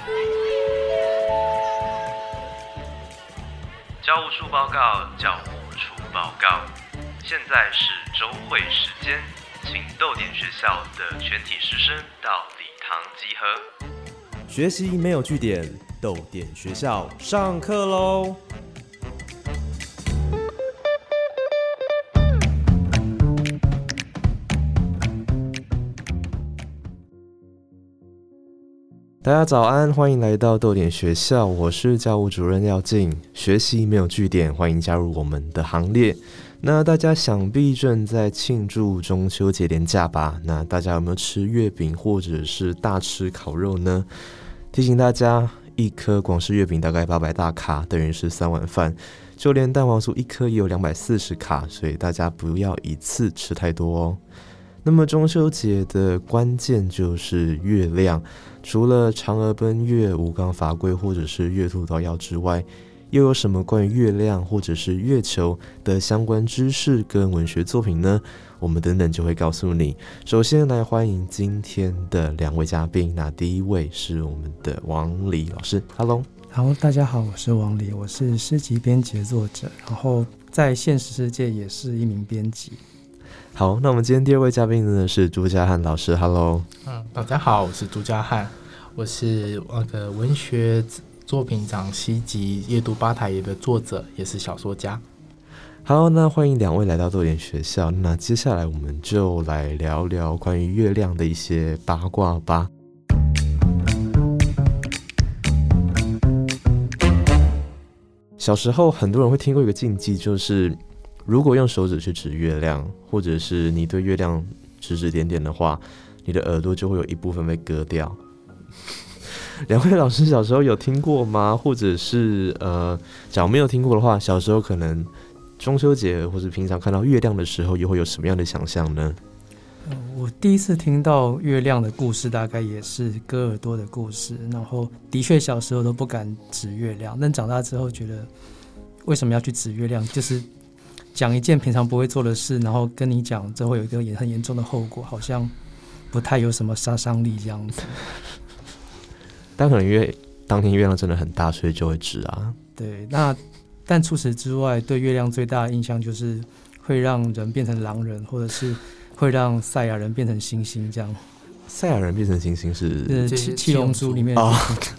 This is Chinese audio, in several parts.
教务处报告，教务处报告。现在是周会时间，请逗点学校的全体师生到礼堂集合。 学习没有据点，逗点学校上课喽！大家早安，欢迎来到逗点学校，我是教务主任廖静。学习没有据点，欢迎加入我们的行列。那大家想必正在庆祝中秋节连假吧？那大家有没有吃月饼或者是大吃烤肉呢？提醒大家，一颗广式月饼大概800大卡，等于是3碗饭。就连蛋黄酥一颗也有240卡，所以大家不要一次吃太多哦。那么中秋节的关键就是月亮，除了嫦娥奔月、吴刚伐桂或者是月兔捣药之外，又有什么关于月亮或者是月球的相关知识跟文学作品呢？我们等等就会告诉你。首先来欢迎今天的2位嘉宾，那第一位是我们的王黎老师 ，Hello。 好，大家好，我是王黎，我是诗集编辑作者，然后在现实世界也是一名编辑。 好，那我们今天第2位嘉宾呢是朱家翰老师 ，Hello。 大家好，我是朱家翰，我是文学作品赏析集夜读吧台页的作者，也是小说家。 好，那欢迎2位来到逗点学校。那接下来我们就来聊聊关于月亮的一些八卦吧。小时候很多人会听过一个禁忌，就是如果用手指去指月亮，或者是你对月亮指指点点的话，你的耳朵就会有一部分被割掉。2位老师小时候有听过吗？或者是假如没有听过的话，小时候可能中秋节或是平常看到月亮的时候，又会有什么样的想象呢？ 我第一次听到月亮的故事，大概也是割耳朵的故事。然后的确小时候都不敢指月亮，但长大之后觉得为什么要去指月亮？就是讲一件平常不会做的事，然后跟你讲这会有一个很严重的后果，好像不太有什么杀伤力这样子。 但可能因为当天月亮真的很大，所以就会指啊。 对，但除此之外，对月亮最大的印象就是会让人变成狼人，或者是会让赛亚人变成猩猩这样。 赛亚人变成猩猩是七龙珠里面的。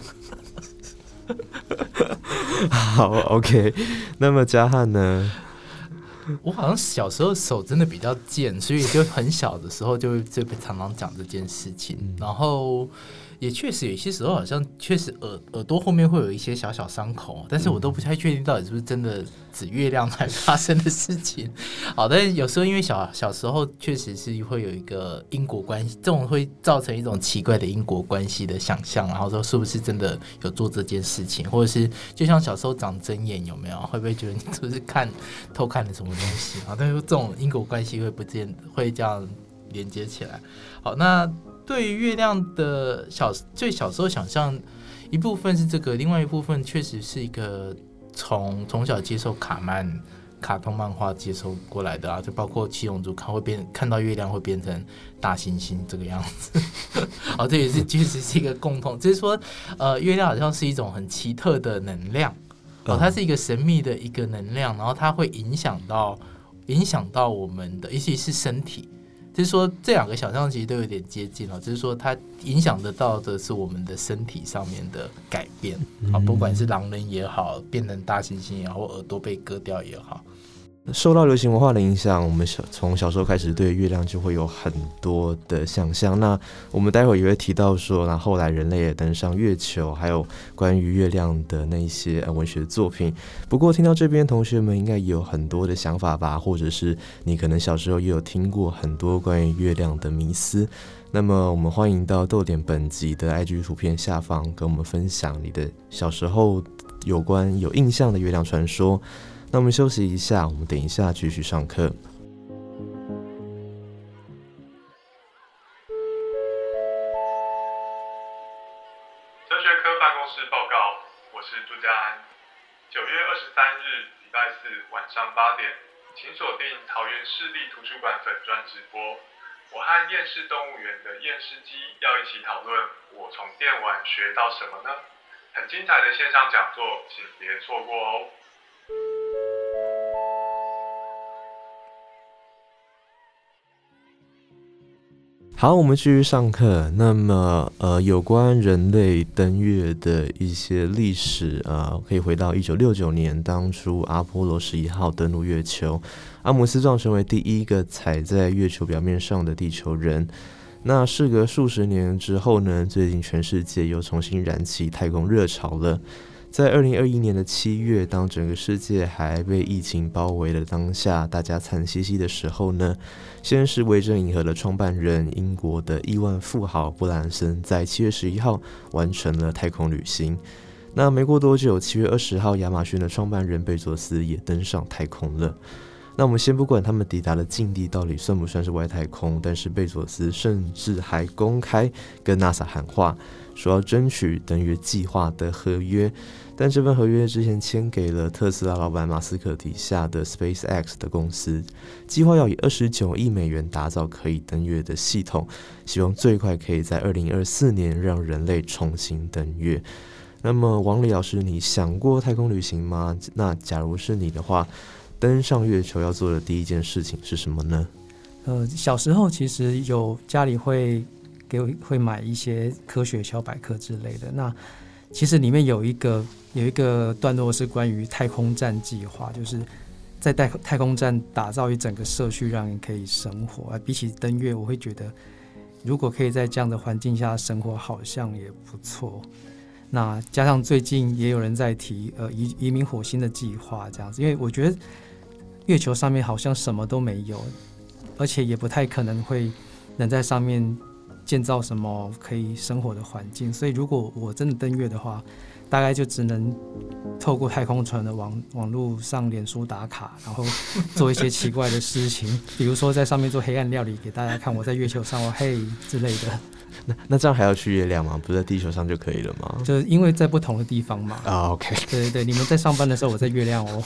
好 ，OK。那么嘉翰呢？ 我好像小时候手真的比较贱，所以就很小的时候就常常讲这件事情，然后也确实有些时候好像确实耳朵后面会有一些小小伤口，但是我都不太确定到底是不是真的指月亮才发生的事情。好，但是有时候因为小时候确实是会有一个因果关系，这种会造成一种奇怪的因果关系的想象，然后说是不是真的有做这件事情，或者是就像小时候长针眼有没有，会不会觉得你是不是偷看了什么东西啊？但是这种因果关系会这样连接起来。好，那对于月亮的最小时候想象，一部分是这个，另外一部分确实是一个从小接受卡通漫画接收过来的啊，就包括七龙珠看到月亮会变成大猩猩这个样子。哦，这也是确实是一个共同，就是说月亮好像是一种很奇特的能量，它是一个神秘的一个能量，然后它会影响到我们的，尤其是身体。就是说这2个想象其实都有点接近了，就是说它影响得到的是我们的身体上面的改变，不管是狼人也好，变成大猩猩也好，或耳朵被割掉也好。 受到流行文化的影响，我们从小时候开始对月亮就会有很多的想象。那我们待会也会提到说，那后来人类也登上月球，还有关于月亮的那些文学作品。不过听到这边，同学们应该也有很多的想法吧，或者是你可能小时候也有听过很多关于月亮的迷思。那么我们欢迎到逗点本集的 IG 图片下方跟我们分享你的小时候有印象的月亮传说。那我们休息一下，我们等一下继续上课。 哲学科办公室报告，我是朱家安。9月23日礼拜4晚上8点，请锁定桃园市立图书馆粉专直播。 我和厌世动物园的厌世鸡要一起讨论我从电玩学到什么呢？很精彩的线上讲座，请别错过哦。 好，我们继续上课。那么，有关人类登月的一些历史，可以回到1969年，当初阿波罗11号登陆月球，阿姆斯壮成为第一个踩在月球表面上的地球人。那事隔数十年之后呢，最近全世界又重新燃起太空热潮了。在2021年的7月，当整个世界还被疫情包围的当下，大家惨兮兮的时候呢，先是维珍银河的创办人英国的亿万富豪布兰森在7月11号完成了太空旅行。那没过多久，7月20号，亚马逊的创办人贝佐斯也登上太空了。那我们先不管他们抵达的境地到底算不算是外太空，但是贝佐斯甚至还公开跟 NASA 喊话，说要争取登月计划的合约。但这份合约之前签给了特斯拉老板马斯克底下的 SpaceX 的公司，计划要以29亿美元打造可以登月的系统，希望最快可以在2024年让人类重新登月。那么王李老师，你想过太空旅行吗？那假如是你的话，登上月球要做的第一件事情是什么呢？ 小时候其实有家里会买一些科学小百科之类的，那其实里面有一个段落是关于太空站计划，就是在太空站打造一整个社区，让人可以生活。比起登月，我会觉得如果可以在这样的环境下生活，好像也不错。那加上最近也有人在提移民火星的计划这样子，因为我觉得月球上面好像什么都没有，而且也不太可能会能在上面建造什么可以生活的环境，所以如果我真的登月的话，大概就只能透过太空船的网络上脸书打卡，然后做一些奇怪的事情，比如说在上面做黑暗料理给大家看，我在月球上，我嘿之类的。 那这样还要去月亮吗？不是在地球上就可以了吗？ 就是因为在不同的地方嘛。 OK。 对对对，你们在上班的时候，我在月亮哦。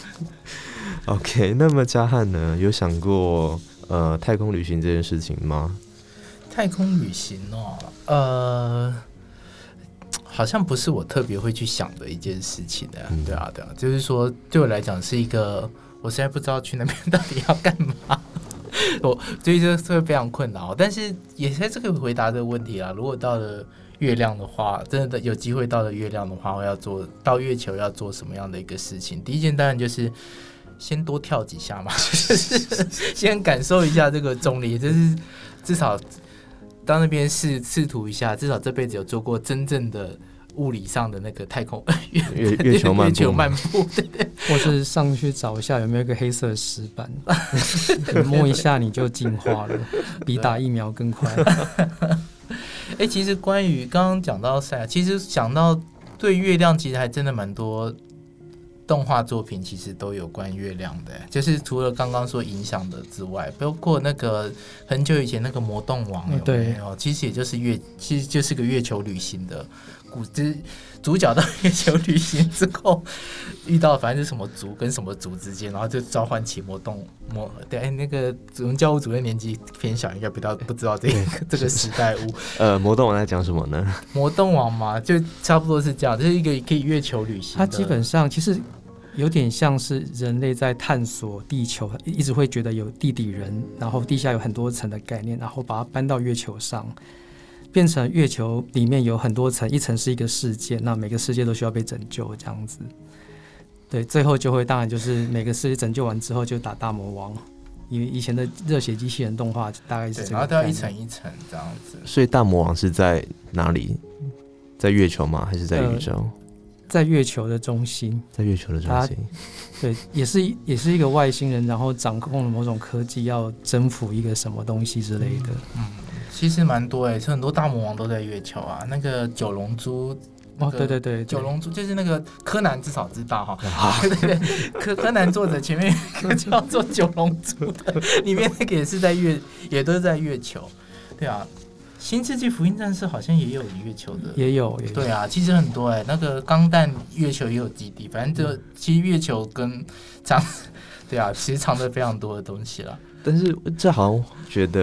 OK， 那么嘉汉呢，有想过太空旅行这件事情吗？ 太空旅行哦，好像不是我特别会去想的一件事情的。对啊，就是说对我来讲是一个，我实在不知道去那边到底要干嘛。我所以这会非常困扰，但是也在这个回答这个问题啦。如果到了月亮的话，真的有机会到了月亮的话，我要做到月球要做什么样的一个事情？第一件当然就是先多跳几下嘛，就是先感受一下这个重力，就是至少到那边试图一下，至少这辈子有做过真正的物理上的那个太空月球漫步， 对对， 或是上去找一下有没有一个黑色石板，你摸一下你就进化了，比打疫苗更快。 其实关于刚刚讲到赛，其实想到对月亮，其实还真的蛮多动画作品，其实都有关月亮的，就是除了刚刚说影响的之外，包括那个很久以前那个魔动王有没有？其实也就是其实就是个月球旅行的。主角到月球旅行之后，遇到反正是什么族跟什么族之间，然后就召唤起对，那个我们教务主任年纪偏小，应该不知道这个时代物。 魔动王在讲什么呢？ 魔动王嘛，就差不多是这样，这是一个可以月球旅行的。 它基本上其实有点像是人类在探索地球，一直会觉得有地底人，然后地下有很多层的概念，然后把它搬到月球上。变成月球里面有很多层，一层是一个世界，那每个世界都需要被拯救这样子。对，最后就会当然就是每个世界拯救完之后就打大魔王，因为以前的热血机器人动画大概是这个概念， 然后都要一层一层这样子。 所以大魔王是在哪里？在月球吗？还是在宇宙？ 在月球的中心。 在月球的中心。 对，也是一个外星人，然后掌控了某种科技，要征服一个什么东西之类的。 其实蛮多很多大魔王都在月球啊。那个九龙珠， 对对对， 九龙珠就是那个柯南至少知道哈。对对对，柯南作者前面一个叫做九龙珠的，里面那个也都是在月球。对啊，新世纪福音战士好像也有月球的， 也有。 对啊，其实很多那个钢弹月球也有基地，反正其实月球跟对啊，其实藏着非常多的东西啦。 但是这好像觉得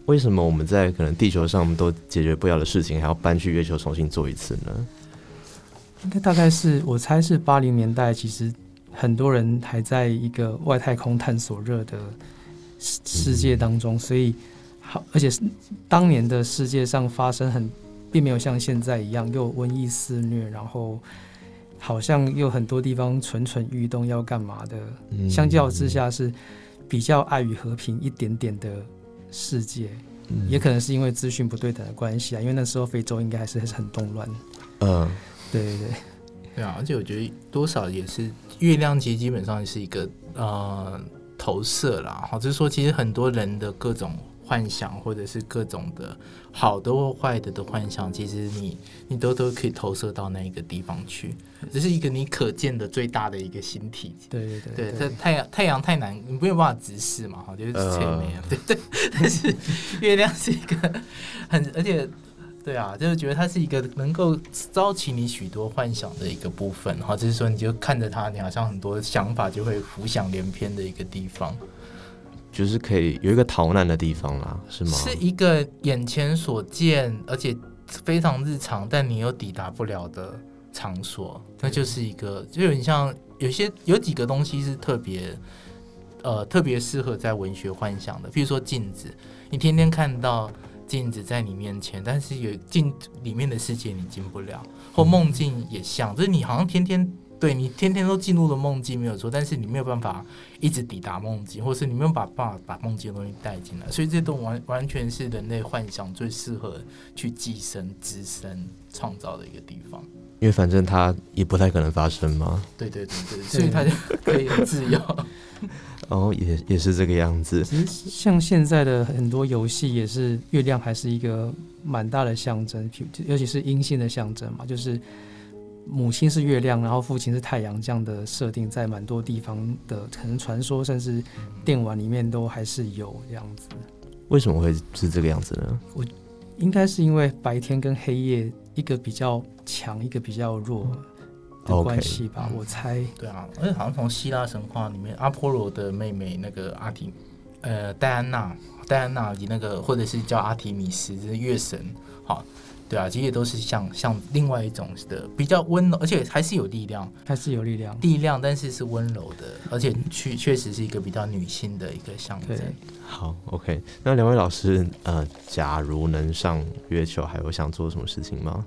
为什么我们在可能地球上都解决不了的事情，还要搬去月球重新做一次呢？ 应该大概是我猜是80年代，其实很多人还在一个外太空探索热的世界当中，所以而且当年的世界上发生并没有像现在一样又瘟疫肆虐，然后好像又很多地方蠢蠢欲动要干嘛的，相较之下是比较爱与和平一点点的世界，也可能是因为资讯不对等的关系啊，因为那时候非洲应该还是很动乱。对对对。 对啊，而且我觉得多少也是月亮，其实基本上是一个投射啦，就是说其实很多人的各种幻想，或者是各种的好的或坏的幻想，其实你都可以投射到那一个地方去，这是一个你可见的最大的一个星体。 对对对对， 太阳太难，你没有办法直视嘛，就是催眠，对对。但是月亮是一个而且。对啊，就是觉得它是一个能够招起你许多幻想的一个部分，然后就是说你就看着它，你好像很多想法就会浮想联翩的一个地方， 就是可以有一个逃难的地方啦，是吗？ 是一个眼前所见，而且非常日常，但你又抵达不了的场所，那就是一个，就有点像有几个东西是特别适合在文学幻想的，譬如说镜子，你天天看到镜子在你面前，但是有镜里面的世界你进不了，或梦境也像，就是你好像你天天都进入了梦境没有错，但是你没有办法一直抵达梦境，或是你没有办法把梦境的东西带进来，所以这都完全是人类幻想最适合去寄生、滋生、创造的一个地方。 因为反正它也不太可能发生嘛。 对，所以它就可以很自由。 哦，也是这个样子。 其实像现在的很多游戏也是月亮还是一个蛮大的象征，尤其是阴性的象征嘛，就是母亲是月亮，然后父亲是太阳，这样的设定在蛮多地方的可能传说甚至电玩里面都还是有这样子。 为什么会是这个样子呢？ 我应该是因为白天跟黑夜一个比较强，一个比较弱的关系吧，我猜。对啊， 而且好像从希腊神话里面，阿波罗的妹妹那个戴安娜那个，或者是叫阿提米斯，就是月神，好，对啊，其实也都是像另外一种的比较温柔，而且还是有力量，但是是温柔的，而且确实是一个比较女性的一个象征。 好 ，OK， 那两位老师，假如能上月球，还有想做什么事情吗？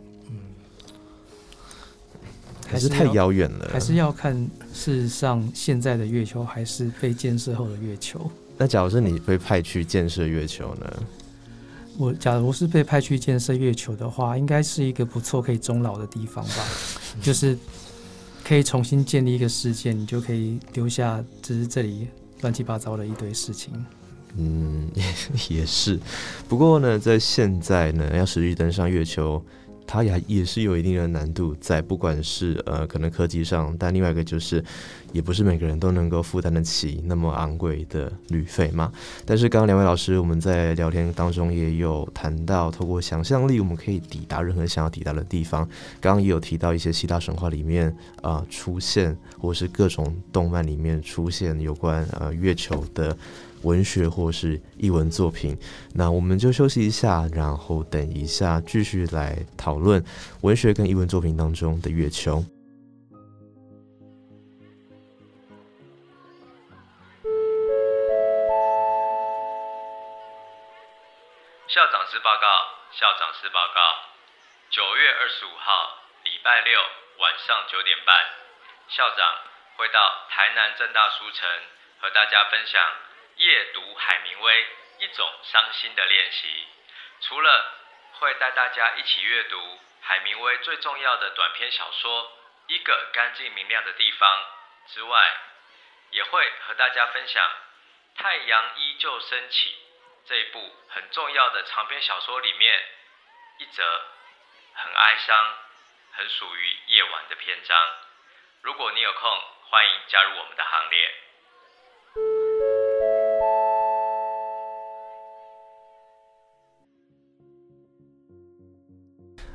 还是太遥远了， 还是要看是上现在的月球，还是被建设后的月球。 那假如是你被派去建设月球呢？ 假如是被派去建设月球的话，应该是一个不错可以终老的地方吧，就是可以重新建立一个世界，你就可以留下只是这里乱七八糟的一堆事情。 也是。不过呢，在现在呢，要实际登上月球，它也是有一定的难度在，不管是可能科技上，但另外一个就是也不是每个人都能够负担得起那么昂贵的旅费嘛。但是刚刚两位老师我们在聊天当中也有谈到，透过想象力我们可以抵达任何想要抵达的地方。刚刚也有提到一些希腊神话里面出现，或是各种动漫里面出现有关月球的文学或是艺文作品。那我们就休息一下，然后等一下继续来讨论文学跟艺文作品当中的月球。 校长室报告，9月25号礼拜六晚上9点半，校长会到台南政大书城和大家分享夜读海明威，一种伤心的练习。除了会带大家一起阅读海明威最重要的短篇小说《一个干净明亮的地方》之外，也会和大家分享《太阳依旧升起》这一部很重要的长篇小说里面一则很哀伤、很属于夜晚的篇章。如果你有空，欢迎加入我们的行列。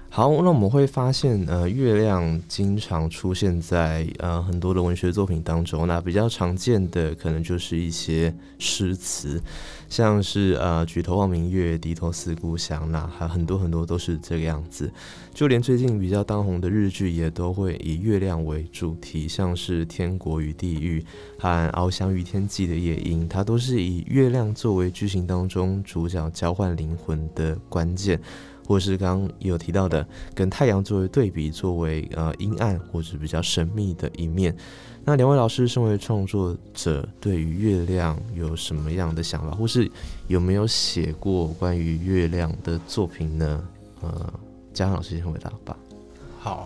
好，那我们会发现，月亮经常出现在很多的文学作品当中。那比较常见的可能就是一些诗词，像是举头望明月，低头思故乡，那还有很多很多都是这个样子。就连最近比较当红的日剧也都会以月亮为主题，像是《天国与地狱》和《翱翔于天际的夜莺》，它都是以月亮作为剧情当中主角交换灵魂的关键。或是刚刚有提到的，跟太阳作为对比，作为阴暗或者比较神秘的一面。那两位老师身为创作者，对于月亮有什么样的想法，或是有没有写过关于月亮的作品呢？嘉恒老师先回答吧。 好，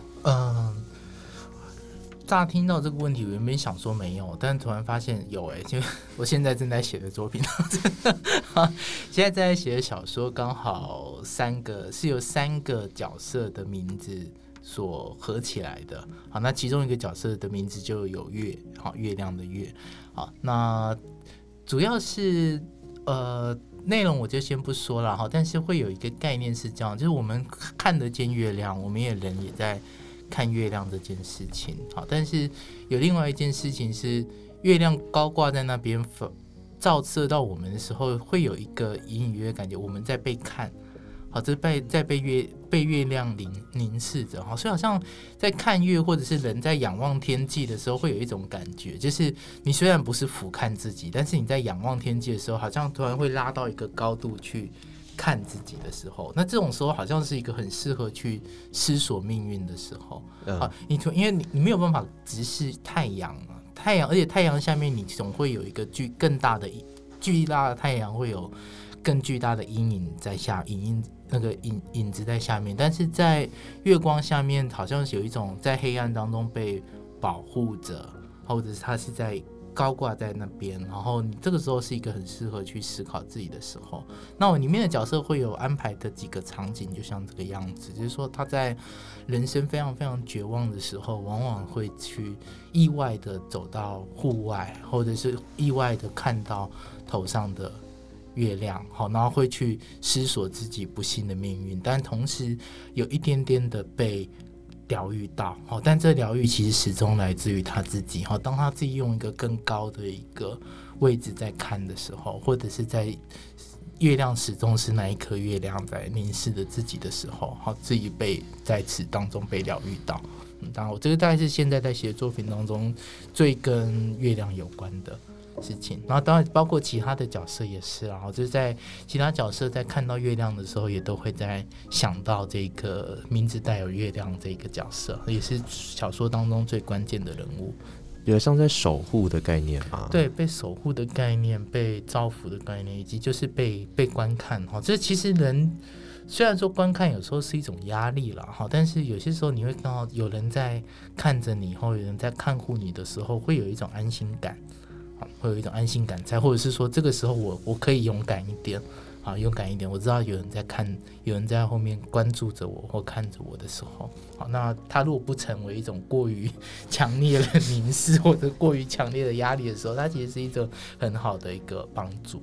乍听到这个问题，我原本想说没有，但突然发现有就我现在正在写的作品，现在正在写的小说刚好是由3个角色的名字所合起来的。好，那其中一个角色的名字就有月，好，月亮的月。好，那主要是内容我就先不说了，但是会有一个概念是这样，就是我们看得见月亮，我们人也在看月亮这件事情。好，但是有另外一件事情是，月亮高挂在那边照射到我们的时候，会有一个隐隐约约感觉我们在被看。好，这在被月亮凝视着。好，所以好像在看月，或者是人在仰望天际的时候，会有一种感觉，就是你虽然不是俯瞰自己，但是你在仰望天际的时候，好像突然会拉到一个高度去看自己的时候，那这种时候好像是一个很适合去思索命运的时候。因为你没有办法直视太阳，而且太阳下面你总会有一个巨大的太阳，会有更巨大的阴影在下，那个影子在下面，但是在月光下面，好像有一种在黑暗当中被保护着，或者是它是在高挂在那边，然后你这个时候是一个很适合去思考自己的时候。那我里面的角色会有安排的几个场景，就像这个样子，就是说他在人生非常非常绝望的时候，往往会去意外的走到户外，或者是意外的看到头上的月亮，好，然后会去思索自己不幸的命运，但同时有一点点的被疗愈到，但这疗愈其实始终来自于他自己。当他自己用一个更高的一个位置在看的时候，或者是在月亮始终是那一颗月亮在凝视着自己的时候，自己被在此当中被疗愈到。当然我这个大概是现在在写作品当中最跟月亮有关的事情，然后当然包括其他的角色也是，然后就是在其他角色在看到月亮的时候，也都会在想到这个名字带有月亮这个角色，也是小说当中最关键的人物。 有像在守护的概念吗？ 对，被守护的概念，被造福的概念，以及就是被观看。这其实人虽然说观看有时候是一种压力啦，但是有些时候你会看到有人在看着你，或有人在看护你的时候，会有一种安心感。会有一种安心感在，或者是说这个时候我可以勇敢一点，勇敢一点，我知道有人在看，有人在后面关注着我或看着我的时候，那他如果不成为一种过于强烈的凝视或者过于强烈的压力的时候，它其实是一种很好的一个帮助。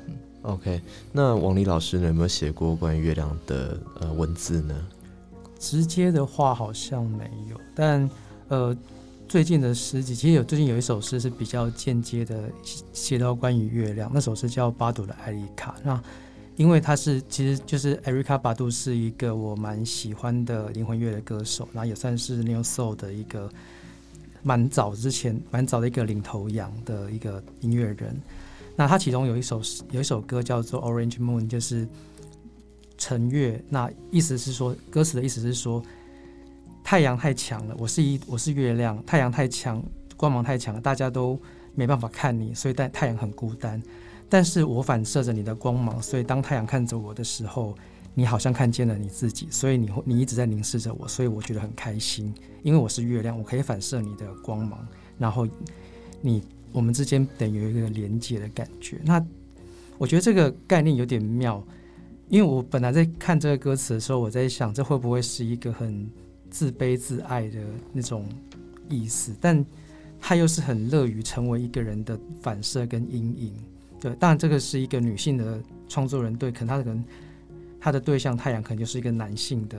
OK， 那王黎老师呢，有没有写过关于月亮的文字呢？ 直接的话好像没有，但最近的诗集，其实最近有一首诗是比较间接的写到关于月亮，那首诗叫《巴杜的艾丽卡》。那因为他其实就是艾瑞卡·巴杜是一个我蛮喜欢的灵魂乐的歌手，然后也算是 Neo Soul 的一个蛮早的一个领头羊的一个音乐人。那他其中有一首歌叫做《Orange Moon》，就是橙月。那意思是说，歌词的意思是说，太阳太强了，我是月亮，太阳太强，光芒太强了，大家都没办法看你，所以太阳很孤单。但是我反射着你的光芒，所以当太阳看着我的时候，你好像看见了你自己，所以你一直在凝视着我，所以我觉得很开心，因为我是月亮，我可以反射你的光芒，然后我们之间等于有一个连接的感觉。那我觉得这个概念有点妙，因为我本来在看这个歌词的时候，我在想这会不会是一个很自卑自爱的那种意思，但他又是很乐于成为一个人的反射跟阴影。对，当然这个是一个女性的创作人，对，可能他的对象太阳可能就是一个男性的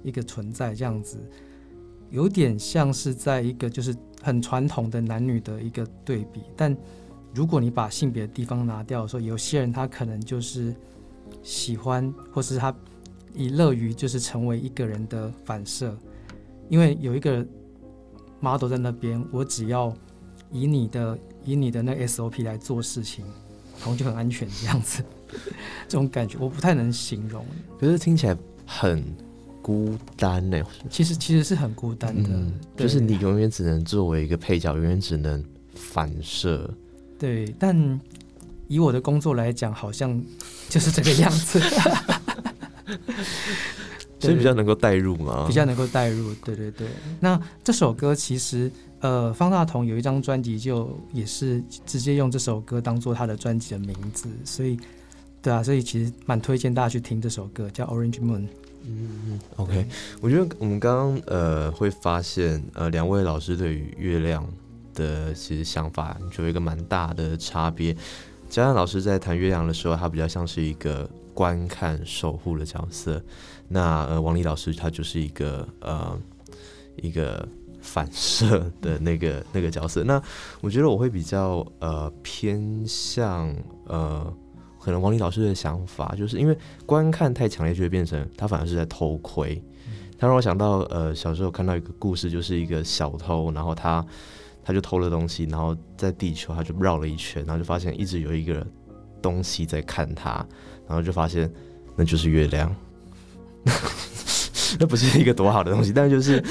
一个存在这样子，有点像是在一个就是很传统的男女的一个对比。但如果你把性别的地方拿掉的时候，有些人他可能就是喜欢，或是他以乐于就是成为一个人的反射，因为有一个 model 在那边，我只要以你的那个 SOP 来做事情，好像就很安全这样子。这种感觉我不太能形容， 可是听起来很孤单呢。 其实是很孤单的， 就是你永远只能作为一个配角，永远只能反射。 对，但以我的工作来讲，好像就是这个样子。 所以比较能够带入吗？ 比较能够带入，对对对。那这首歌其实，方大同有一张专辑就也是直接用这首歌当做他的专辑的名字，所以，对啊，所以其实蛮推荐大家去听这首歌，叫 Orange Moon。 OK， 我觉得我们刚刚会发现，两位老师对于月亮的其实想法就有一个蛮大的差别。嘉亮老师在谈月亮的时候，他比较像是一个观看守护的角色，那王丽老师他就是一个反射的那个角色。那我觉得我会比较偏向可能王丽老师的想法，就是因为观看太强烈，就会变成他反而是在偷窥。他让我想到小时候看到一个故事，就是一个小偷，然后他就偷了东西，然后在地球他就绕了一圈，然后就发现一直有一个东西在看他，然后就发现那就是月亮。那不是一个多好的东西，但就是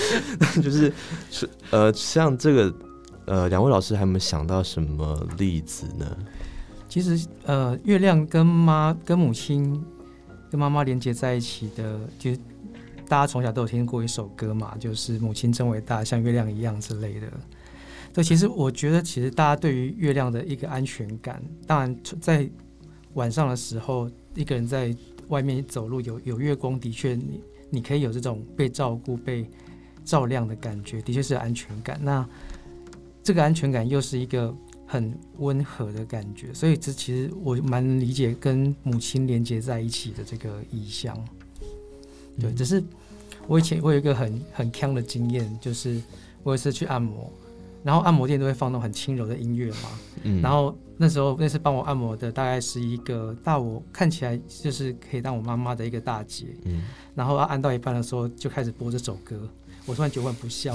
像这个两位老师还有没有想到什么例子呢？ 其实月亮跟母亲跟妈妈连接在一起的，就是大家从小都有听过一首歌嘛，就是母亲真伟大，像月亮一样之类的。对，其实我觉得，其实大家对于月亮的一个安全感，当然在晚上的时候，一个人在外面走路有月光，的确你可以有这种被照顾、被照亮的感觉，的确是安全感。那这个安全感又是一个很温和的感觉，所以这其实我蛮能理解跟母亲连接在一起的这个意象。对，只是我有一个很强的经验，就是我有一次去按摩。然后按摩店都会放那种很轻柔的音乐嘛，然后那次帮我按摩的大概是一个大我看起来就是可以当我妈妈的一个大姐，然后按到一半的时候就开始播这首歌，我突然觉得我很不孝。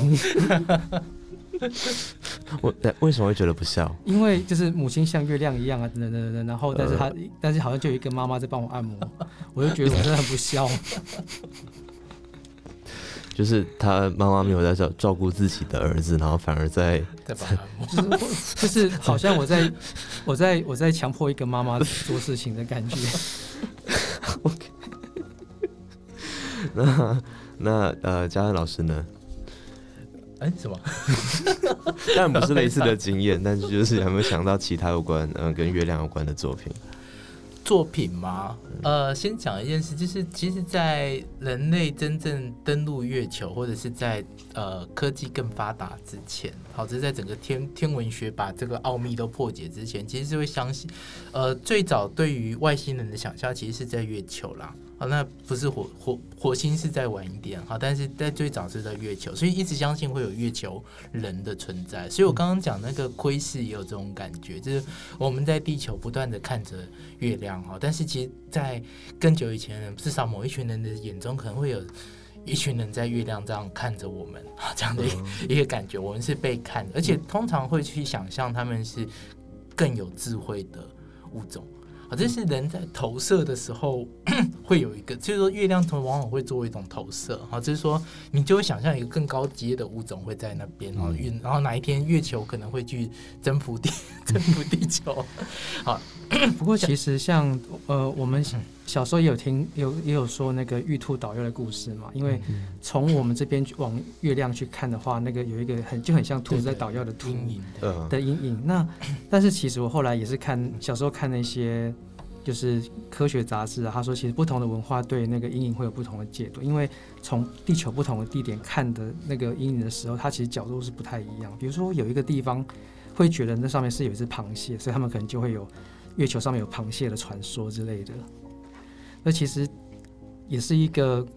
为什么会觉得不孝？ 因为就是母亲像月亮一样啊，等等，然后但是好像就有一个妈妈在帮我按摩，我就觉得我真的很不孝。就是他妈妈没有在照顾自己的儿子，然后反而在就是好像我在强迫一个妈妈做事情的感觉。 OK， 那嘉恩老师呢？ 什么？ 当然不是类似的经验，但是就是有没有想到其他有关跟月亮有关的作品？ 作品吗？先讲一件事，就是其实，在人类真正登陆月球，或者是在科技更发达之前，好，这是在整个天文学把这个奥秘都破解之前，其实是会相信，最早对于外星人的想象，其实是在月球啦。好，那不是火星是再晚一点，好，但是在最早是在月球，所以一直相信会有月球人的存在。所以我刚刚讲那个窥视也有这种感觉，就是我们在地球不断的看着月亮，但是其实在更久以前的人，至少某一群人的眼中，可能会有一群人在月亮这样看着我们，这样的一个感觉，我们是被看的，而且通常会去想象他们是更有智慧的物种。这是人在投射的时候会有一个，就是说月亮往往会作为一种投射，就是说你就会想象一个更高阶的物种会在那边，然后哪一天月球可能会去征服地球。好， 不过其实像我们小时候也有说那个玉兔捣药的故事嘛，因为从我们这边往月亮去看的话，那个有一个就很像兔子在捣药的兔的阴影。那但是其实我后来也是小时候看那些就是科学杂志啊，他说其实不同的文化对那个阴影会有不同的解读，因为从地球不同的地点看的那个阴影的时候，它其实角度是不太一样。比如说有一个地方会觉得那上面是有一只螃蟹，所以他们可能就会有月球上面有螃蟹的传说之类的。那其实也是一个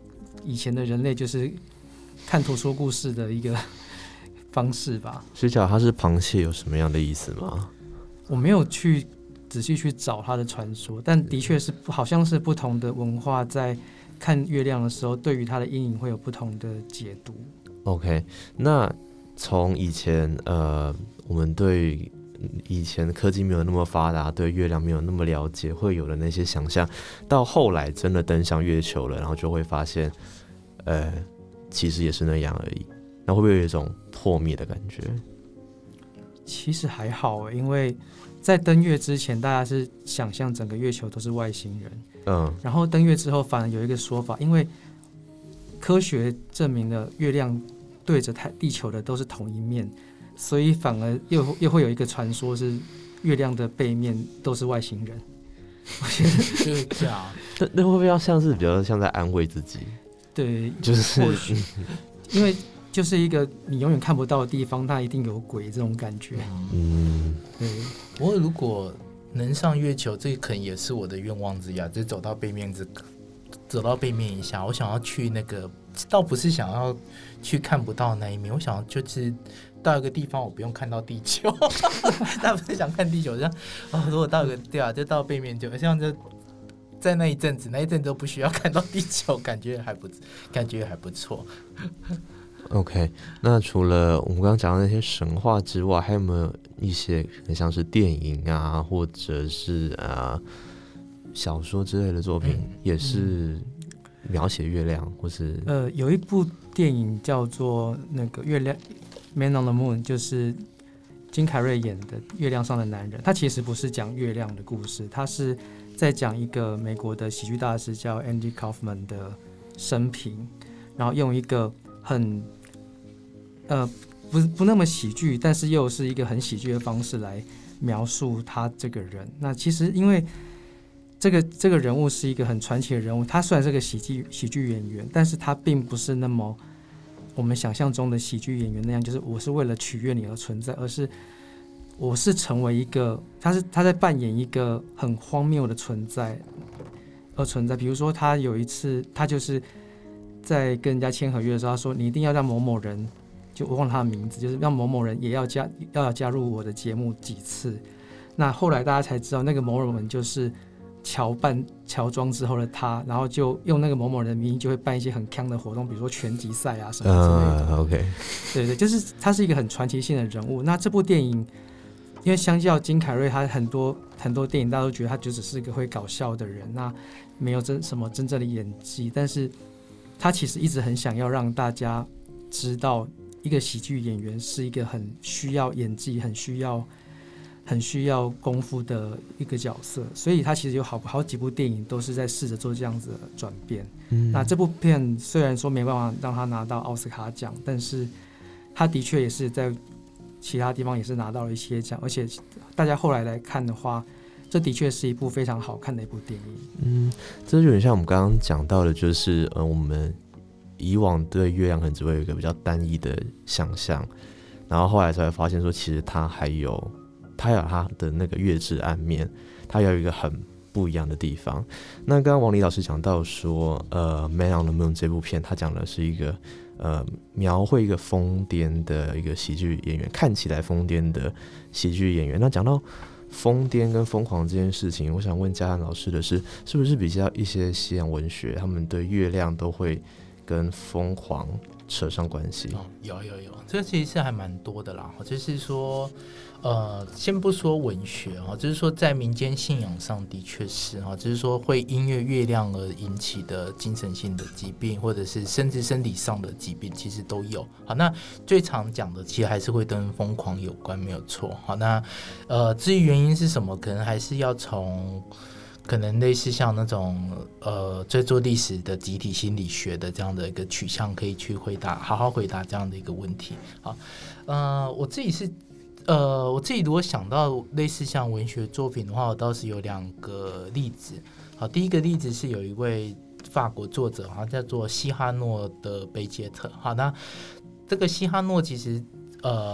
以前的人类就是看图说故事的一个方式吧。 所以讲它是螃蟹有什么样的意思吗？ 我没有去仔细去找它的传说，但的确是好像是不同的文化在看月亮的时候，对于它的阴影会有不同的解读。 OK， 那从以前我们对以前科技没有那么发达，对月亮没有那么了解，会有的那些想象，到后来真的登上月球了，然后就会发现，其实也是那样而已。那会不会有一种破灭的感觉？ 其实还好，因为在登月之前，大家是想象整个月球都是外星人，然后登月之后，反而有一个说法，因为科学证明了月亮对着地球的都是同一面，所以反而又会有一个传说是月亮的背面都是外星人。我觉得就是这样。 那会不会要像是比较像在安慰自己？ 对， 就是或许因为就是一个你永远看不到的地方，它一定有鬼这种感觉。对。 不过如果能上月球，这可能也是我的愿望之一啊，就是走到背面一下。我想要去那个，倒不是想要去看不到那一面，我想要就是到一个地方，我不用看到地球。但不是想看地球，像如果到一个对啊，就到背面就像就。在那一阵子都不需要看到地球，感觉还不错。 OK， 那除了我们刚刚讲的那些神话之外，还有没有一些很像是电影啊，或者是小说之类的作品，也是描写月亮，或是有一部电影叫做那个月亮 Man on the Moon， 就是金凯瑞演的《月亮上的男人》。他其实不是讲月亮的故事，他是在讲一个美国的喜剧大师叫 Andy Kaufman 的生平，然后用一个很不那么喜剧，但是又是一个很喜剧的方式来描述他这个人。那其实因为这个人物是一个很传奇的人物，他虽然是个喜剧演员，但是他并不是那么我们想象中的喜剧演员那样，就是我是为了取悦你而存在，而是我是成为一个，他在扮演一个很荒谬的存在而存在。比如说他有一次，他就是在跟人家签合约的时候，他说你一定要让某某人，就我忘了他的名字，就是让某某人也要加入我的节目几次。那后来大家才知道，那个某某人就是乔装之后的他，然后就用那个某某人的名义，就会办一些很鏘的活动，比如说拳击赛啊什么之类的。 OK， 对， 就是他是一个很传奇性的人物。那这部电影，因为相较金凯瑞，他很多电影大家都觉得他就只是一个会搞笑的人，那没有什么真正的演技。但是他其实一直很想要让大家知道，一个喜剧演员是一个很需要演技、很需要功夫的一个角色，所以他其实有好几部电影都是在试着做这样子的转变。那这部片虽然说没办法让他拿到奥斯卡奖，但是他的确也是在其他地方也是拿到了一些奖，而且大家后来看的话，这的确是一部非常好看的一部电影。 这就有点像我们刚刚讲到的，就是我们以往对月亮可能只会有一个比较单一的想象，然后后来才会发现说，其实它有它的那个月之暗面，它有一个很不一样的地方。那刚刚王黎老师讲到说Man on the Moon 这部片，它讲的是一个描绘一个疯癫的一个喜剧演员，看起来疯癫的喜剧演员。那讲到疯癫跟疯狂这件事情，我想问嘉汉老师的是不是比较一些西洋文学，他们对月亮都会跟疯狂扯上关系？ 有，这其实是还蛮多的啦。就是说先不说文学就是说在民间信仰上的确是就是说会因为月亮而引起的精神性的疾病，或者是甚至身体上的疾病，其实都有。好，那最常讲的其实还是会跟疯狂有关，没有错。好，那至于原因是什么，可能还是要从可能类似像那种在做历史的集体心理学的这样的一个取向，可以去好好回答这样的一个问题。好，我自己如果想到类似像文学作品的话，我倒是有2个例子。好，第一个例子是有一位法国作者，叫做西哈诺的贝杰特。好，那这个西哈诺其实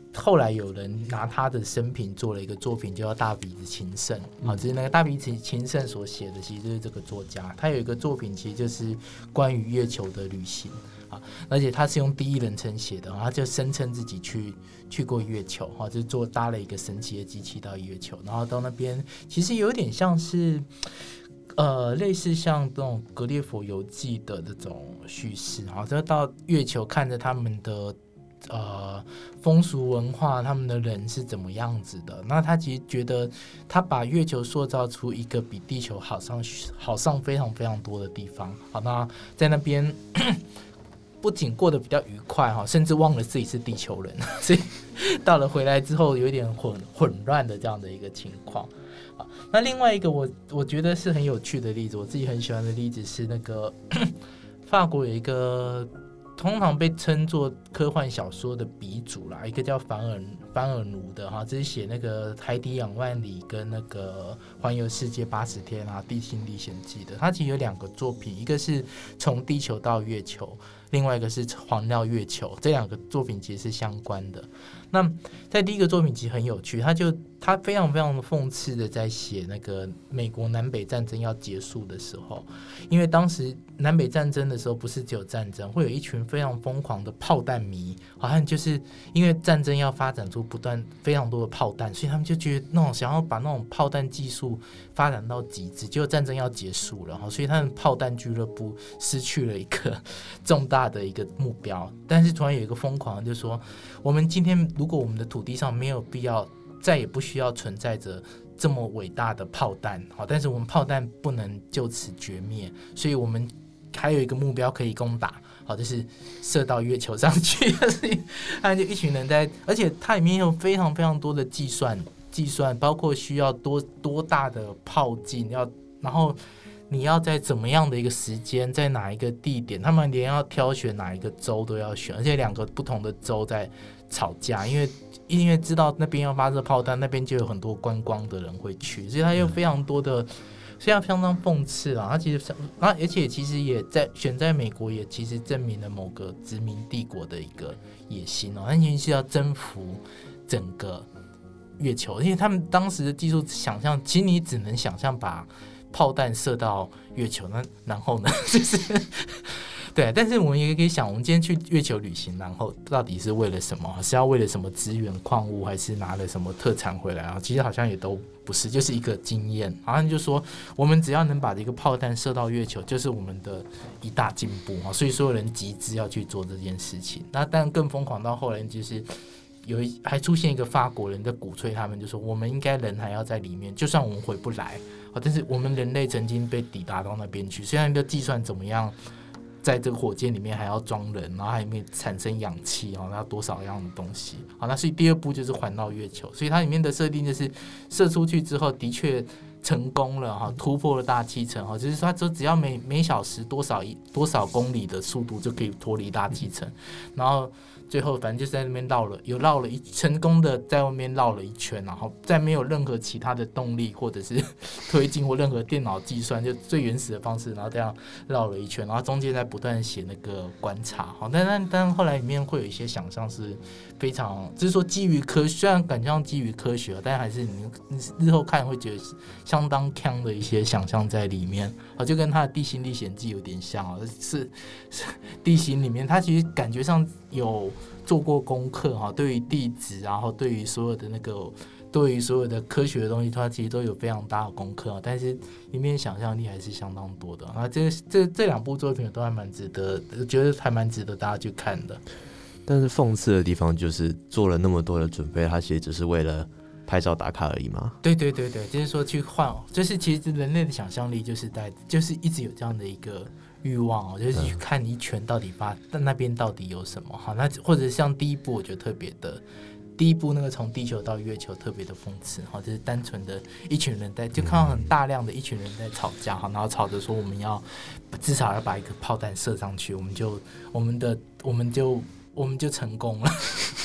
后来有人拿他的生平做了一个作品，叫《大鼻子情圣》啊，就是那个大鼻子情圣所写的，其实就是这个作家，他有一个作品，其实就是关于月球的旅行啊，而且他是用第一人称写的，他就声称自己去过月球啊，就搭了一个神奇的机器到月球，然后到那边其实有点像是。类似像这种《格列佛游记》的这种叙事，好，就到月球看着他们的风俗文化，他们的人是怎么样子的。那他其实觉得，他把月球塑造出一个比地球好上非常非常多的地方。好，那在那边不仅过得比较愉快哈，甚至忘了自己是地球人，所以到了回来之后有点混乱的这样的一个情况。那另外一个我觉得是很有趣的例子，我自己很喜欢的例子是那个法国有一个通常被称作科幻小说的鼻祖啦，一个叫凡尔努的哈，这是写那个《海底2万里》跟那个《环游世界80天》啊，《地心历险记》的。他其实有2个作品，一个是从地球到月球，另外一个是环绕月球，这2个作品其实是相关的。那在第一个作品其实很有趣，他非常非常的讽刺的在写那个美国南北战争要结束的时候，因为当时南北战争的时候不是只有战争，会有一群非常疯狂的炮弹迷，好像就是因为战争要发展出不断非常多的炮弹，所以他们就觉得那种想要把那种炮弹技术发展到极致，结果战争要结束了，所以他们炮弹俱乐部失去了一个重大的一个目标。但是突然有一个疯狂就说，我们今天如果我们的土地上没有必要，再也不需要存在着这么伟大的炮弹，但是我们炮弹不能就此绝灭，所以我们还有一个目标可以攻打，就是射到月球上去。他就一群人在，而且它里面有非常非常多的计算，包括需要多大的炮劲，然后你要在怎么样的一个时间，在哪一个地点，他们连要挑选哪一个州都要选，而且2个不同的州在吵架，因为知道那边要发射炮弹，那边就有很多观光的人会去，所以他有非常多的，虽然相当讽刺啦，他其实而且其实也选在美国，也其实证明了某个殖民帝国的一个野心哦，他其实是要征服整个月球，因为他们当时的技术想象，其实你只能想象把炮弹射到月球，那然后呢，就是对，但是我们也可以想，我们今天去月球旅行，然后到底是为了什么？是要为了什么资源矿物，还是拿了什么特产回来啊？其实好像也都不是，就是一个经验。好像就说，我们只要能把这个炮弹射到月球，就是我们的一大进步啊！所以所有人集资要去做这件事情。那当然更疯狂到后来就是还出现一个法国人在鼓吹他们，就说我们应该人还要在里面，就算我们回不来，但是我们人类曾经被抵达到那边去，虽然就计算怎么样。在这个火箭里面还要装人，然后还里面产生氧气，然后要多少样的东西。好，那所以第2步就是环绕月球，所以它里面的设定就是射出去之后的确成功了，突破了大气层，就是说它只要每小时多少公里的速度就可以脱离大气层，然后最后反正就是在那边绕了成功的在外面绕了一圈，然后再没有任何其他的动力或者是推进或任何电脑计算，就最原始的方式，然后这样绕了一圈，然后中间在不断写那个观察。好，但后来里面会有一些想象是非常，就是说基于科学，虽然感觉上基于科学，但还是你日后看会觉得相当强的一些想象在里面。就跟他的《地心历险记》有点像，是地心里面他其实感觉上有做过功课，对于地质，然后对于所有的那个，对于所有的科学的东西，它其实都有非常大的功课，但是里面想象力还是相当多的。这2部作品都还蛮值得，我觉得还蛮值得大家去看的。 但是讽刺的地方就是做了那么多的准备，他其实只是为了拍照打卡而已嘛。对， 就是说去换，就是其实人类的想象力就是一直有这样的一个欲望，就是去看一圈到底那边到底有什么。好，那或者像第1部，我觉得特别的，第1部那个从地球到月球特别的讽刺，就是单纯的一群人就看到很大量的一群人在吵架，然后吵着说我们至少要把一个炮弹射上去，我们就成功了。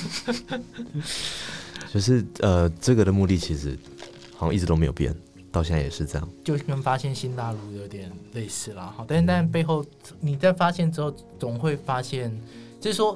就是这个的目的其实好像一直都没有变，到现在也是这样， 就跟发现新大陆有点类似啦。但背后你在发现之后，总会发现，就是说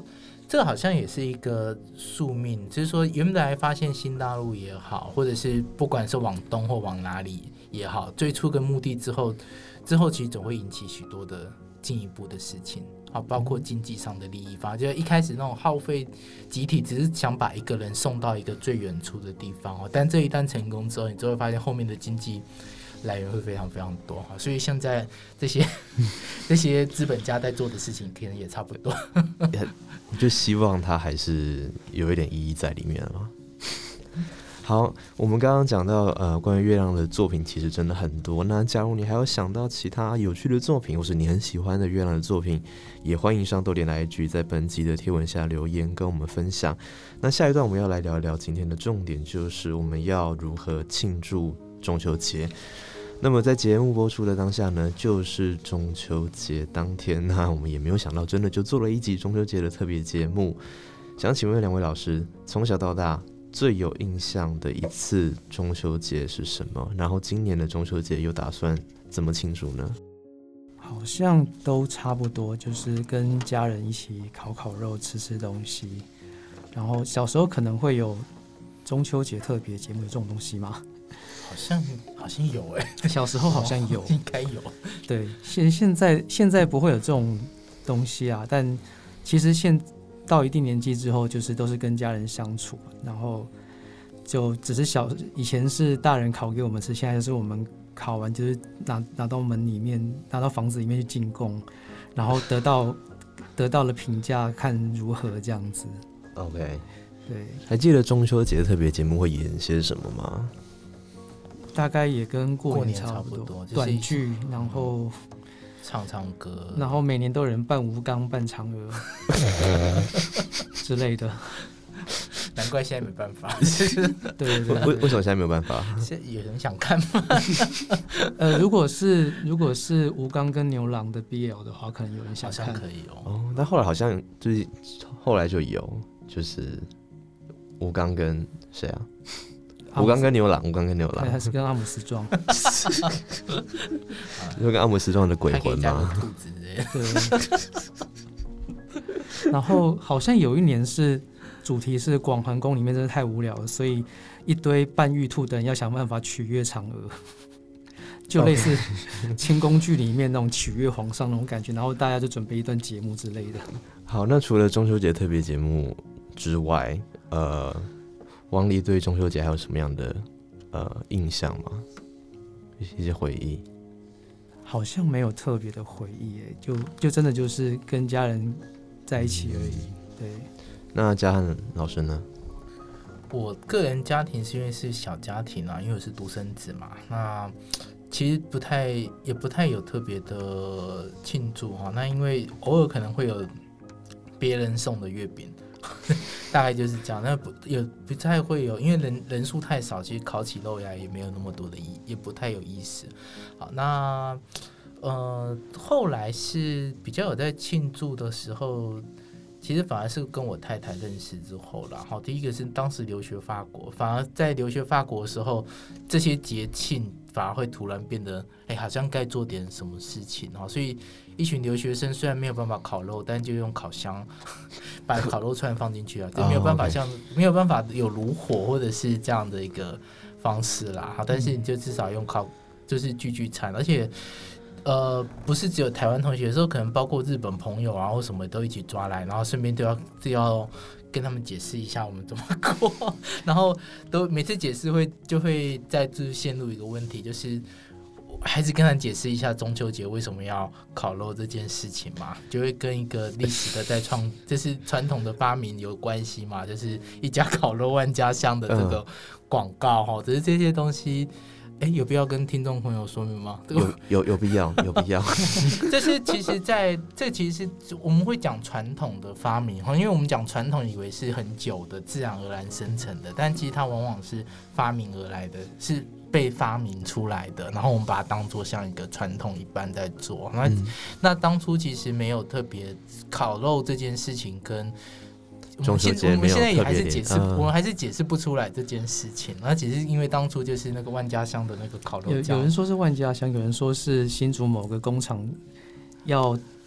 这好像也是一个宿命，就是说原来发现新大陆也好，或者是不管是往东或往哪里也好，最初个目的之后其实总会引起许多的进一步的事情，好，包括经济上的利益方，就一开始那种耗费集体只是想把一个人送到一个最远处的地方，但这一旦成功之后，你就会发现后面的经济来源会非常非常多，所以现在这些资本家在做的事情可能也差不多。 我就希望它还是有一点意义在里面了。好，我们刚刚讲到关于月亮的作品其实真的很多，那假如你还有想到其他有趣的作品，或是你很喜欢的月亮的作品，也欢迎上豆点的 IG 在本集的贴文下留言跟我们分享。那下一段我们要来聊一聊今天的重点，就是我们要如何庆祝中秋节。那么在节目播出的当下呢，就是中秋节当天，那我们也没有想到真的就做了一集中秋节的特别节目。想请问两位老师，从小到大最有印象的一次中秋节是什么？然后今年的中秋节又打算怎么庆祝呢？ 好像都差不多，就是跟家人一起烤肉、吃东西。然后小时候可能会有中秋节特别节目，有这种东西吗？ 好像有小时候好像有， 应该有。 对，现在不会有这种东西啊，但其实到一定年纪之后，就是都是跟家人相处，然后就只是以前是大人烤给我们吃，现在就是我们烤完就是拿到门里面，拿到房子里面去进贡，然后得到了评价，看如何这样子。 OK， 对， 还记得中秋节特别节目会演些什么吗？ 大概也跟过年差不多， 就是短剧，然后唱歌， 然后每年都有人扮吴刚、扮嫦娥之类的。 难怪现在没办法。 对， 为什么现在没有办法？ 现在有人想看吗？ 如果是吴刚跟牛郎的 BL 的话，可能有人想看， 好像可以但后来好像就是后来就有，就是吴刚跟谁啊？吴刚跟牛郎， 还是跟阿姆斯壮， 就跟阿姆斯壮的鬼魂吗？ 兔子对。然后好像有一年是主题是广寒宫里面真的太无聊了，所以一堆扮玉兔的人要想办法取悦嫦娥，就类似清宫剧里面那种取悦皇上那种感觉，然后大家就准备一段节目之类的。 好，那除了中秋节特别节目之外，王黎对中秋节还有什么样的印象吗？一些回忆？ 好像没有特别的回忆耶，就真的就是跟家人在一起而已。对。 那嘉汉老师呢？ 我个人家庭是因为是小家庭啊，因为我是独生子嘛，那其实也不太有特别的庆祝哈。那因为偶尔可能会有别人送的月饼。大概就是这样，那不太会有，因为人数太少，其实烤起肉芽也没有那么多的也不太有意思。好，那后来是比较有在庆祝的时候，其实反而是跟我太太认识之后啦。好，第一个是当时留学法国，反而在留学法国的时候，这些节庆反而会突然变得，好像该做点什么事情。所以一群留学生虽然没有办法烤肉，但就用烤箱把烤肉串放进去啊，没有办法没有办法有炉火或者是这样的一个方式啦。好，但是你就至少用就是聚餐，而且不是只有台湾同学，有时候可能包括日本朋友啊或什么都一起抓来，然后顺便都要跟他们解释一下我们怎么过，然后每次解释就会再次陷入一个问题，就是还是跟他解释一下中秋节为什么要烤肉这件事情嘛，就会跟一个历史的就是传统的发明有关系嘛，就是一家烤肉万家香的这个广告哈，只是这些东西。有必要跟听众朋友说明吗？ 有必要，有必要。 就是其实这其实是我们会讲传统的发明，因为我们讲传统以为是很久的自然而然生成的，但其实它往往是发明而来的，是被发明出来的，然后我们把它当作像一个传统一般在做。那当初其实没有特别烤肉这件事情跟。 中秋节没有特别我们现在也还是解释，我们还是解释不出来这件事情。那只是因为当初就是那个万家香的那个烤肉酱， 有人说是万家香，有人说是新竹某个工厂要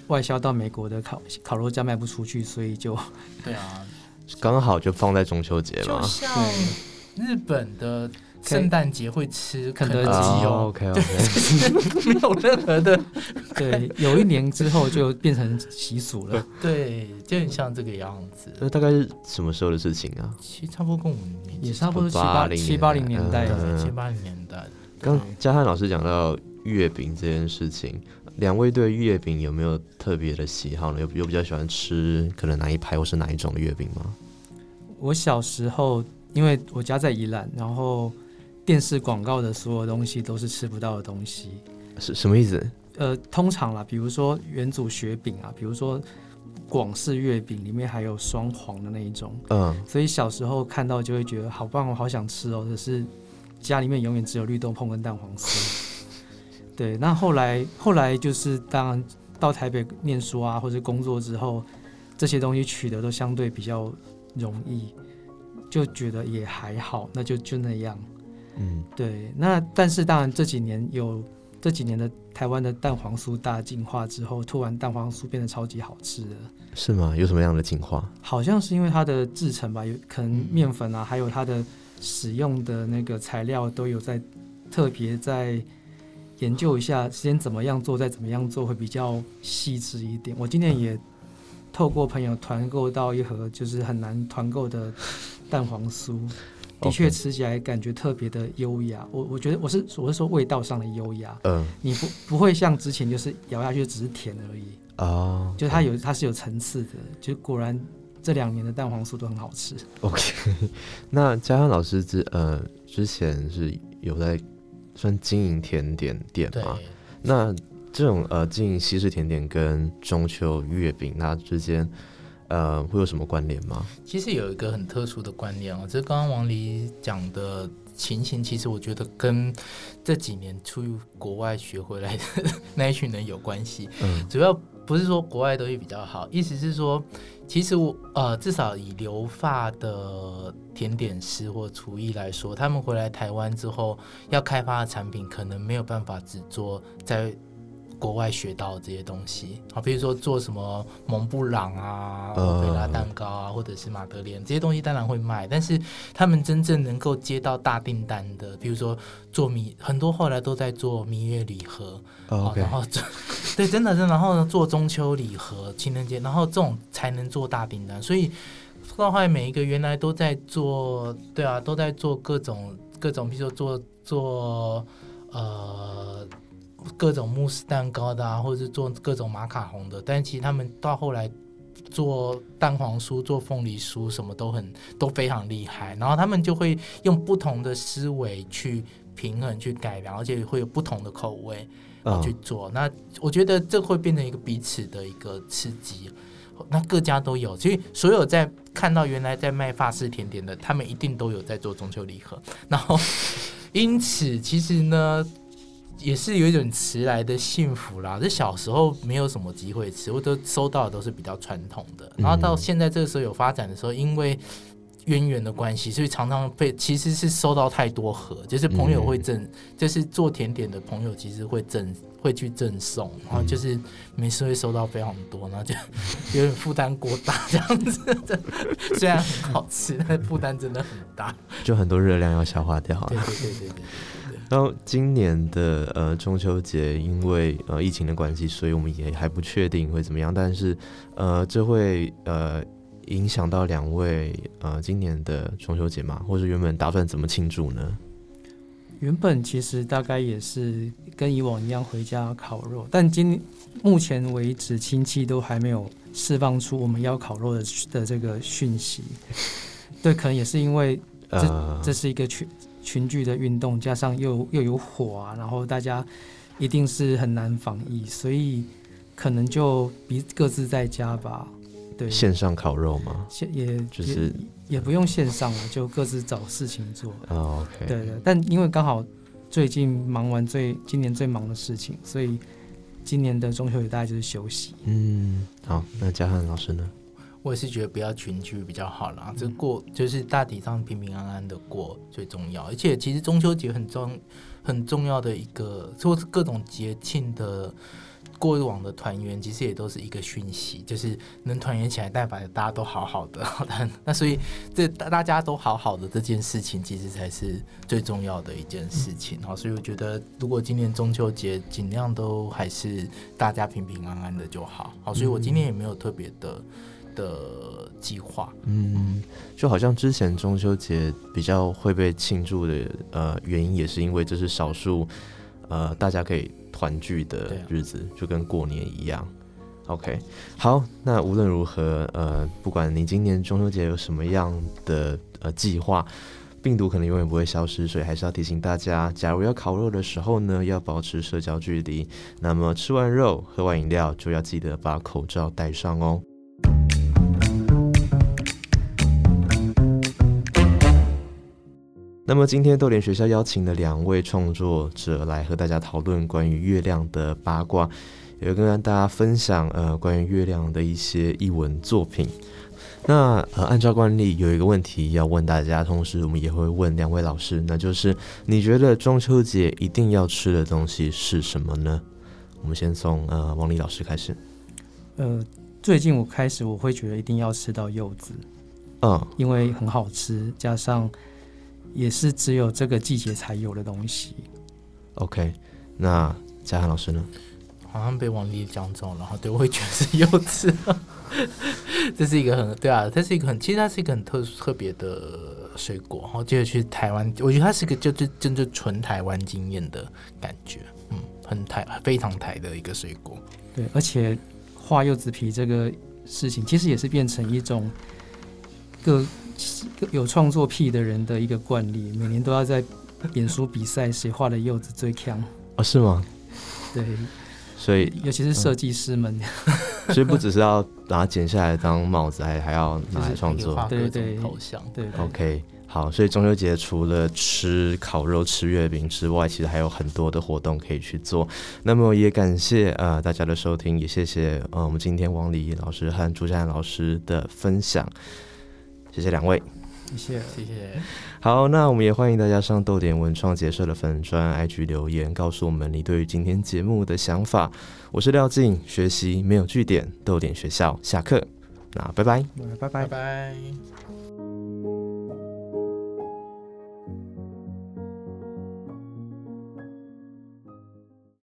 外销到美国的烤肉架卖不出去，所以就对啊， 刚好就放在中秋节嘛。 就像日本的圣诞节会吃肯德基 OK， 没有任何的对，有一年之后就变成习俗了。 对，就很像这个样子。 这大概是什么时候的事情啊？ 其实差不多跟我们年纪也差不多 80 70-80年代 ，70-80年代。 刚嘉汉老师讲到月饼这件事情，两位对月饼有没有特别的喜好呢？有比较喜欢吃可能哪一排或是哪一种的月饼吗？ 我小时候，因为我家在宜兰，然后电视广告的所有东西都是吃不到的东西。 是什么意思？ 通常啦，比如说元祖雪饼啊，比如说广式月饼，里面还有双黄的那一种。所以小时候看到就会觉得好棒，我好想吃哦。可是家里面永远只有绿豆椪跟蛋黄酥。对，那后来就是当然到台北念书啊，或者工作之后，这些东西取得都相对比较容易，就觉得也还好，那就那样。对。那但是当然这几年的台湾的蛋黄酥大进化之后，突然蛋黄酥变得超级好吃了。 是吗？有什么样的进化？ 好像是因为它的制成吧，有可能面粉啊，还有它的使用的那个材料都有在特别在研究一下，先怎么样做，再怎么样做会比较细致一点。我今年也透过朋友团购到一盒就是很难团购的蛋黄酥，的确吃起来感觉特别的优雅。我觉得我是说味道上的优雅。你不会像之前就是咬下去只是甜而已。就它是有层次的，就果然这2年的蛋黄酥都很好吃。 OK， 那嘉汉老师之前是有在算经营甜点店吗？那这种经营西式甜点跟中秋月饼那之间会有什么关联吗？ 其实有一个很特殊的关联这刚刚王黎讲的情形，其实我觉得跟这几年出国外学回来的那一群人有关系。主要不是说国外东西比较好，意思是说，其实至少以留法的甜点师或厨艺来说，他们回来台湾之后要开发的产品，可能没有办法只做在国外学到的这些东西，比如说做什么蒙布朗啊、欧贝拉蛋糕啊，或者是马德莲这些东西当然会卖，但是他们真正能够接到大订单的，比如说做很多后来都在做蜜月礼盒，然后对，真的，然后做中秋礼盒、情人节，然后这种才能做大订单，所以到后来每一个原来都在做，对啊，都在做各种，比如说做各种慕斯蛋糕的或者是做各种马卡龙的，但其实他们到后来做蛋黄酥、做凤梨酥什么都非常厉害，然后他们就会用不同的思维去平衡、去改良，而且会有不同的口味去做。那我觉得这会变成一个彼此的一个刺激。那各家都有，所以所有在看到原来在卖法式甜点的，他们一定都有在做中秋礼盒。然后因此其实呢也是有一种迟来的幸福啦，这小时候没有什么机会吃，我都收到的都是比较传统的，然后到现在这个时候有发展的时候，因为渊源的关系，所以常常其实是收到太多盒，就是朋友会就是做甜点的朋友其实会去赠送，然后就是每次会收到非常多，然后就有点负担过大这样子。虽然很好吃，但负担真的很大， 就很多热量要消化掉。 对。 然后今年的中秋节因为疫情的关系，所以我们也还不确定会怎么样，但是这会影响到2位今年的中秋节吗？或者原本打算怎么庆祝呢？ 原本其实大概也是跟以往一样回家烤肉，但目前为止亲戚都还没有释放出我们要烤肉的这个讯息。对，可能也是因为这是一个群聚的运动，加上又有火啊，然后大家一定是很难防疫，所以可能就各自在家吧。对，线上烤肉吗？ 也不用线上了，就各自找事情做。 OK。 对，但因为刚好最近忙完今年最忙的事情，所以今年的中秋节大概就是休息。 好，那嘉汉老师呢？ 我也是觉得不要群聚比较好啦，这过就是大体上平平安安的过最重要。而且其实中秋节很重要的一个，或是各种节庆的过往的团圆其实也都是一个讯息，就是能团圆起来代表大家都好好的那所以这大家都好好的这件事情其实才是最重要的一件事情。所以我觉得如果今年中秋节尽量都还是大家平平安安的就好。所以我今年也没有特别的计划。 就好像之前中秋节比较会被庆祝的原因也是因为这是少数大家可以团聚的日子，就跟过年一样。OK， 好，那无论如何，不管你今年中秋节有什么样的计划，病毒可能永远不会消失，所以还是要提醒大家，假如要烤肉的时候呢，要保持社交距离。那么吃完肉、喝完饮料，就要记得把口罩戴上哦。那么今天豆点学校邀请了2位创作者来和大家讨论关于月亮的八卦，也会跟大家分享关于月亮的一些艺文作品。那按照惯例有一个问题要问大家，同时我们也会问2位老师，那就是你觉得中秋节一定要吃的东西是什么呢？我们先从王丽老师开始。 最近我会觉得一定要吃到柚子，因为很好吃，加上也是只有这个季节才有的东西。OK， 那嘉涵老师呢？ 好像被王丽讲中，然后对我会觉得是柚子。这是一个很其实它是一个很特别的水果。然后接着去台湾，我觉得它是一个就纯台湾经验的感觉，非常台的一个水果。 对，而且画柚子皮这个事情，其实也是变成一种各有创作癖的人的一个惯例，每年都要在脸书比赛谁画的柚子最强。 是吗？ 对， 所以尤其是设计师们， 所以不只是要把它剪下来当帽子，还要拿来创作， 对对，头像， 对。 OK， 好，所以中秋节除了吃烤肉、吃月饼之外，其实还有很多的活动可以去做。那么也感谢大家的收听，也谢谢我们今天王礼老师和朱嘉涵老师的分享，谢谢2位。 谢谢。 好，那我们也欢迎大家上豆点文创结社的粉专 IG 留言，告诉我们你对于今天节目的想法。我是廖静，学习没有据点，豆点学校下课，那拜拜。 拜拜。 拜拜。